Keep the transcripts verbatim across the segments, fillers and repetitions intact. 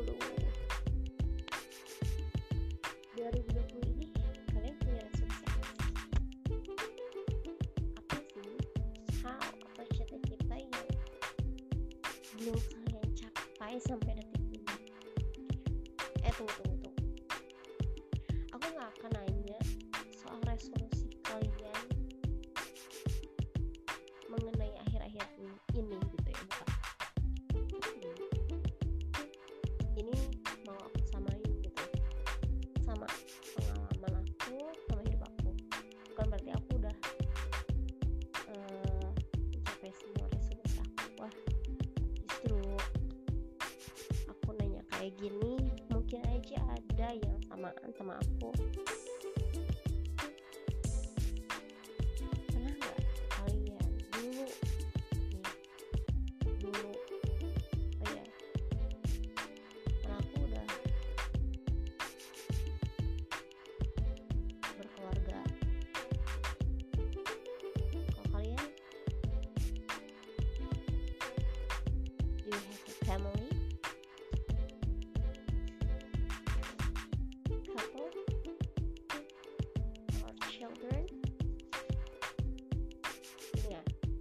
puluh. dua ribu dua puluh ini kalian punya resolusi apa sih? Apa sih hal atau cita-cita yang belum kalian capai sampai detik ini? Eh tunggu tunggu tunggu. Aku nggak akan nanya soal resolusi kalian mengenai akhir-akhir ini gitu ya, bukan. Ini mau aku samain gitu sama pengalaman aku sama hidup aku. Bukan berarti aku udah uh, mencapai semua resolusi aku. Wah, justru aku nanya kayak gini mungkin aja ada yang samaan sama aku. Pernah nggak kalian dulu nih dulu oh ya karena aku udah berkeluarga. Kalau kalian, do you have a family, couple, or children? Ya,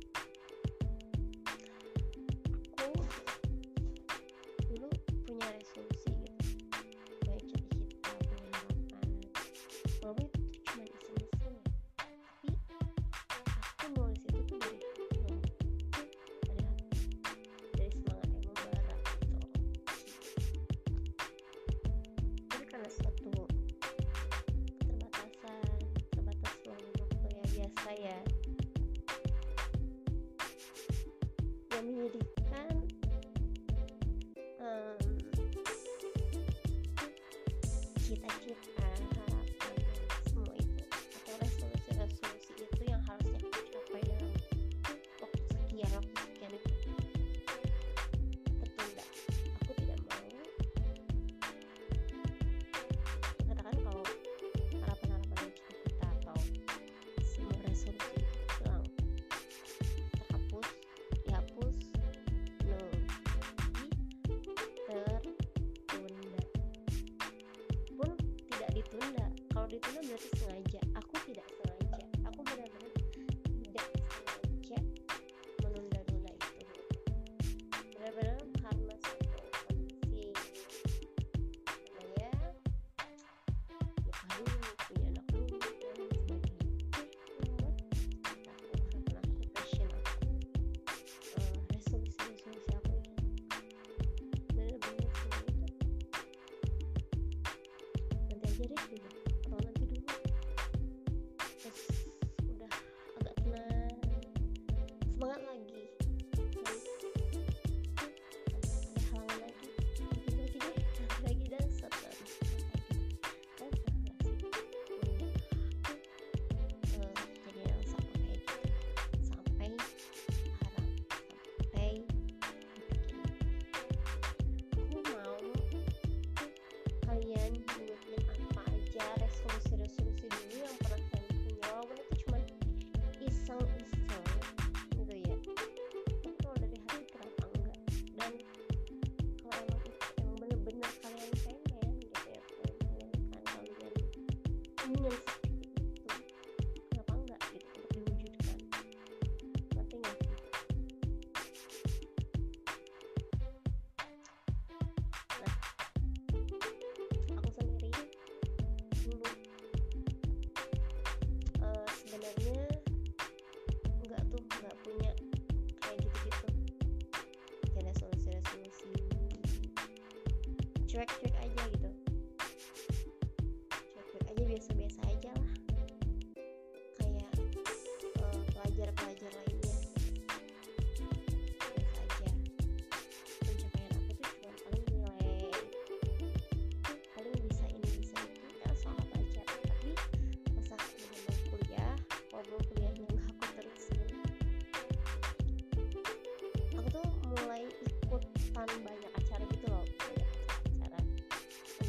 aku dulu punya resolusi gitu, punya cita-cita, punya harapan. Walaupun itu tuh cuma iseng-iseng ya, tapi aku nulis itu tuh dari hati loh, dari hati, dari semangat yang membara gitu. Tapi karena suatu keterbatasan, terbatas ruang waktu ya biasa ya, yang menyedihkan, em, cita-cita, harapan, semua itu atau resolusi-resolusi itu yang harusnya aku capai dalam waktu sekian, waktu sekian itu tertunda. Aku tidak mau katakan kalau harapan-harapan dan cita-cita atau semua resolusi itu hilang, terhapus, dihapus, no, tertunda pun tidak ditunda. Kalau ditunda berarti sengaja. Aku tidak sengaja. Aku benar-benar tidak sengaja menunda-nunda itu. Benar-benar karena suatu kondisi. Karena ya nikah dulu, punya anak dulu, dan lain sebagainya. Membuat aku, harapan aku, passion aku, eh, resolusi-resolusi aku yang benar-benar semua itu nanti aja deh gitu, atau nanti dulu. Terus udah agak tenang, semangat lagi, dan ada halangan lagi, nanti lagi deh, nanti lagi, dan seterusnya kayak gitu. Kan pernah nggak sih punya eh, kejadian yang sama kayak gitu sampai sekarang, sampai detik ini? Aku mau kalian nyebutin apa aja resolusi-resolusi dulu yang pernah kalian punya, walaupun itu cuma iseng-iseng gitu ya, tapi kalau dari hati kenapa enggak? Dan kalau emang itu emang bener-bener kalian pengen gitu ya, kalian pengen kan, kalian ingin seperti itu, kenapa enggak gitu untuk diwujudkan? Ngerti nggak sih? Nah, aku sendiri dulu eh, sebenarnya enggak tuh, enggak punya kayak gitu-gitu, kayak resolusi-resolusi, cuek-cuek aja gitu, cuek-cuek aja, biasa-biasa aja lah, kayak eh, pelajar-pelajar lainnya, biasa aja. Pencapaian aku tuh cuma paling nilai, paling bisa ini bisa itu ya soal pelajaran. Tapi masa aku udah mau kuliah, walaupun kuliahnya nggak aku terusin, aku tuh mulai ikutan banyak acara gitu loh, banyak acara-acara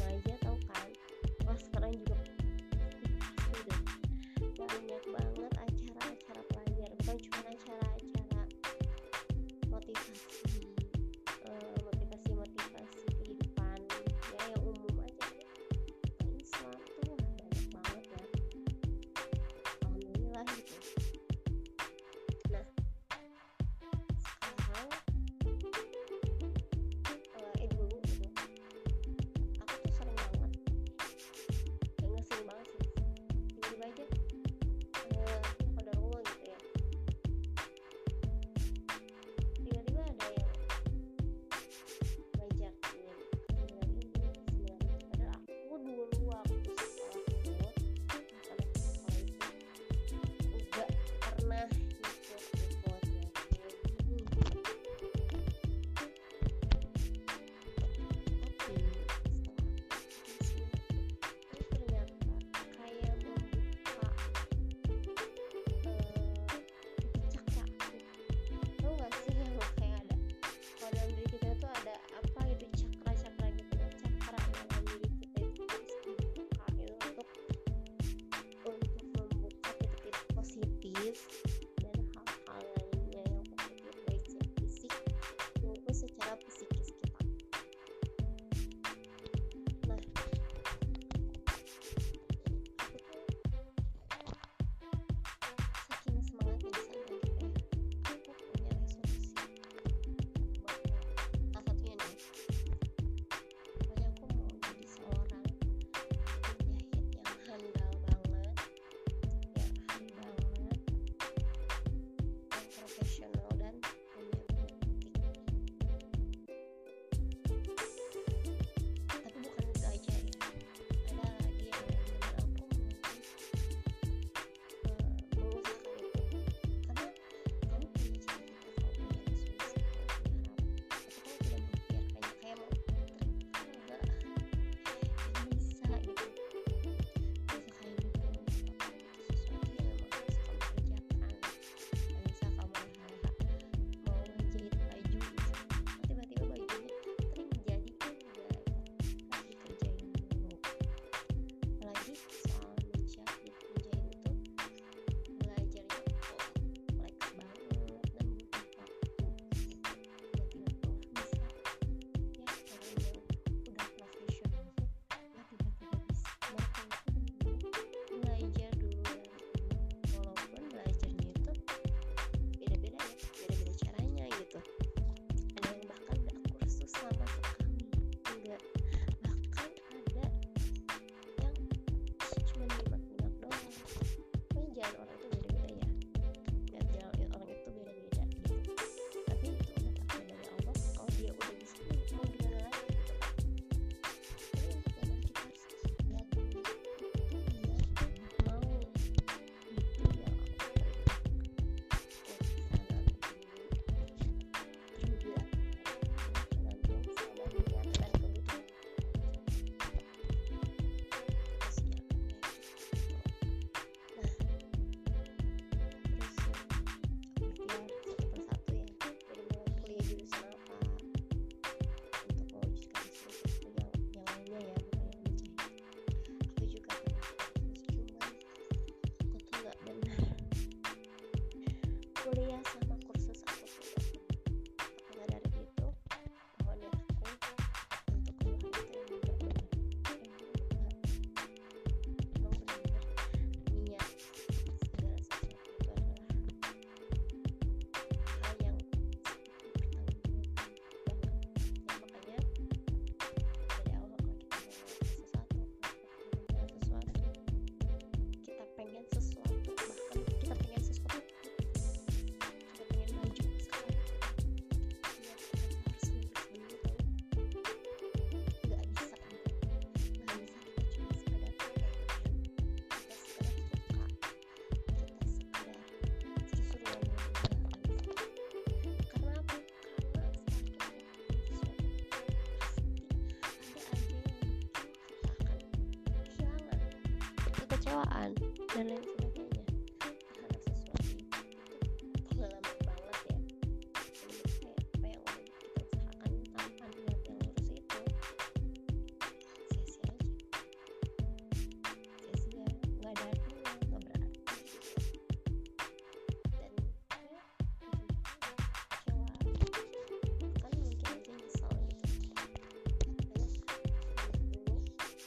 kekecewaan dan lain sebagainya terhadap sesuatu itu pengalaman banget ya. Jadi kayak apa yang udah kita usahakan tanpa niat yang lurus itu sia-sia aja, sia-sia, nggak ada artinya, nggak berarti gitu. Dan ya kecewa, kan mungkin aja nyesel gitu karena dulu dulu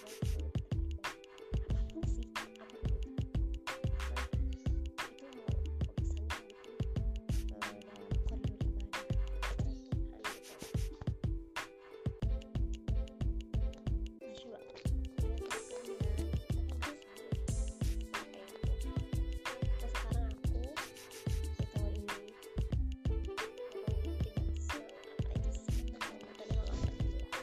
apapun sih apapun itu kan itu mau urusannya gitu eh, dalam koridor ibadah kepada Tuhan gitu. Nah coba lihat ke kalian, ada nggak sih yang kayak gitu? Nah sekarang aku di tahun ini memang tidak semangat aja sih, kalau tadi malah pergi lah.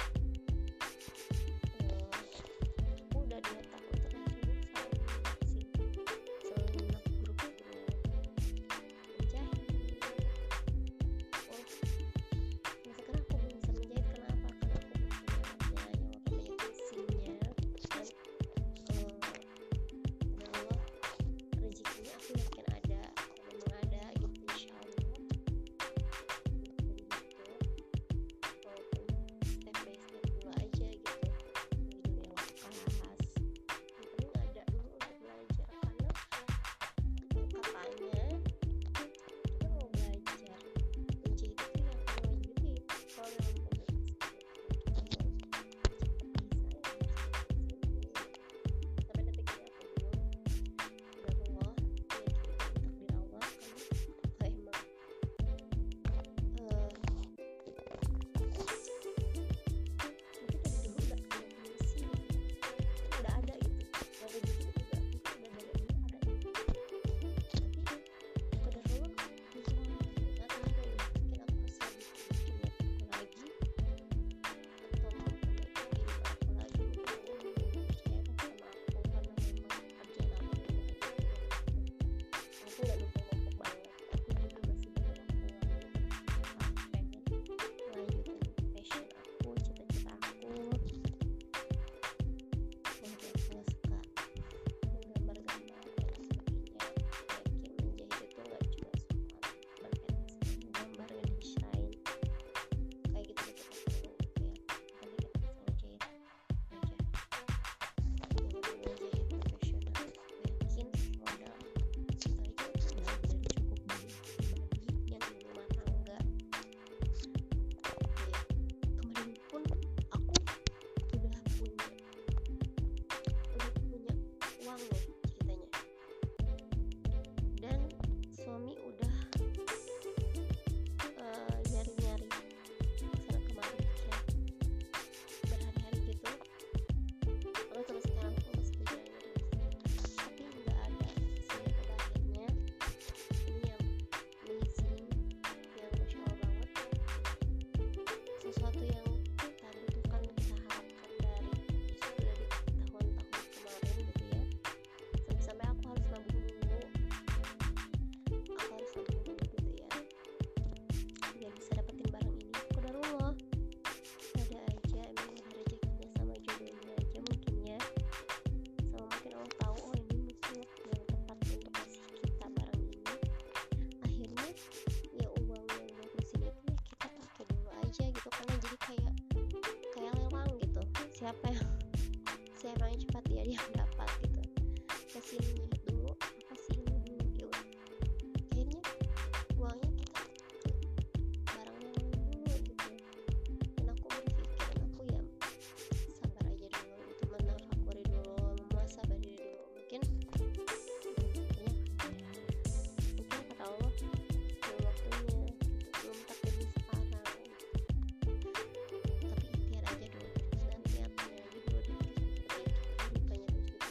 Eh, aku udah dua tahun terus hidup selalu nyimak sih, selalu nyimak grup-grup menjahit. Oh, nah sekarang aku belum bisa menjahit, kenapa? Karena aku belum punya alatnya yang namanya mesinnya. Dan eh, ya Allah, rezekinya aku yakin ada, kalau memang ada gitu insya Allah untuk beli gitu, walaupun step by step dulu aja gitu, beli dulu yang kelas yang penting ada dulu untuk belajar. Karena katanya kita mau belajar menjahit itu yang mewajibin, kalau yang benar kita mau cepat bisa ya harus belajar dulu. Sampai detik ini aku belum, dan Allah meyakini takdir Allah karena aku emang eh mungkin dari dulu udah udah punya mesin, udah ada gitu, nggak ada gitu juga, mungkin udah dari dulu ada gitu, tapi kadar Allah belum, nggak tahu ya, mungkin aku harus lebih bikin niat aku lagi, atau memperbaiki diri aku lagi. Mungkin Allah belum percayakan sama aku karena memang kerjaan aku memang ada gitu. Aku nggak numpuk-numpuk banget, aku juga masih banyak waktu lain. Aku pengen melanjutin passion aku, cita-cita aku. Walaupun aku nggak suka menggambar-gambar dan sebagainya, yakin menjahit itu nggak cuma soal berkaitan sama menggambar, ngedesain kayak gitu gitu gitu ya. Tapi kita bisa ngejahit aja, yang udah ngejahit profesional, aku yakin modal kita aja itu udah dari cukup bagi pribadi yang di rumah tangga. Ya, kemarin pun aku udah punya udah punya uang loh ceritanya, dan suami udah eh, nyari-nyari kesana kemari kayak berhari-hari gitu. Lalu sampai sekarang aku masih berjalan nyari mesin, tapi nggak ada hasilnya. Pada akhirnya ini yang amazing, yang masya Allah banget, sesuatu yang kita butuhkan, kita harapkan dari justru dari tahun-tahun kemarin gitu ya, sampai-sampai aku harus nabung dulu, aku harus nabung dulu gitu ya biar bisa dapetin barang ini. Qadarullah, ada aja, emang udah rezekinya sama jodohnya aja mungkin ya, sama mungkin Allah tahu oh ini mungkin waktu yang tepat untuk kasih kita barang ini. Akhirnya ya uang yang buat mesin itu ya kita pakai dulu aja gitu, karena jadi kayak kayak lelang gitu, siapa yang siapa yang cepat dia yang dapat gitu. Kasih ini nyihit dulu, apa sih ini dulu, ya udah akhirnya uangnya kita ke barang yang lain dulu gitu. Dan aku berpikir, dan aku ya sabar aja dulu gitu, menafakuri dulu, memuasabah diri dulu. Mungkin waktunya kerja, mungkin kata Allah belum waktunya gitu, belum takdirnya sekarang gitu. Tapi ikhtiar aja dulu terus, dan niatnya aja dulu diperbaiki kehidupannya terus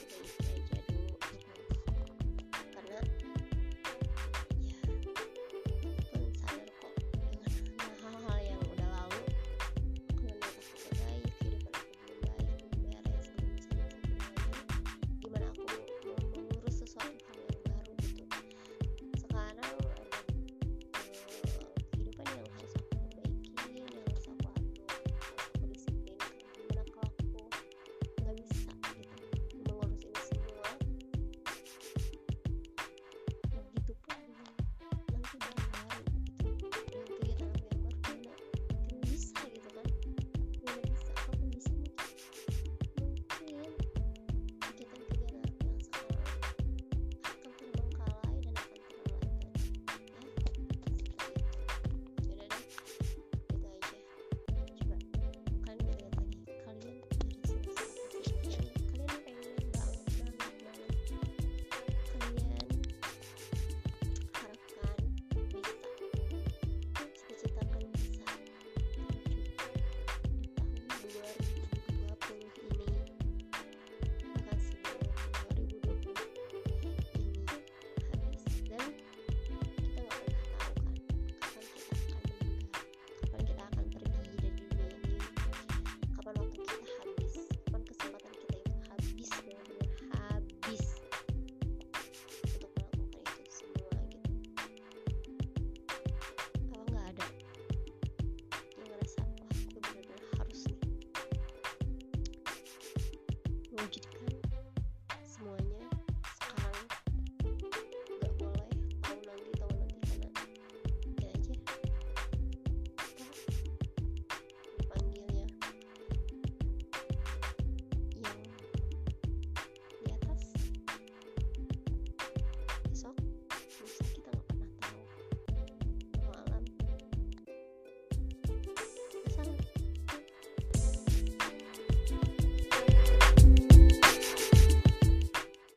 mewujudkan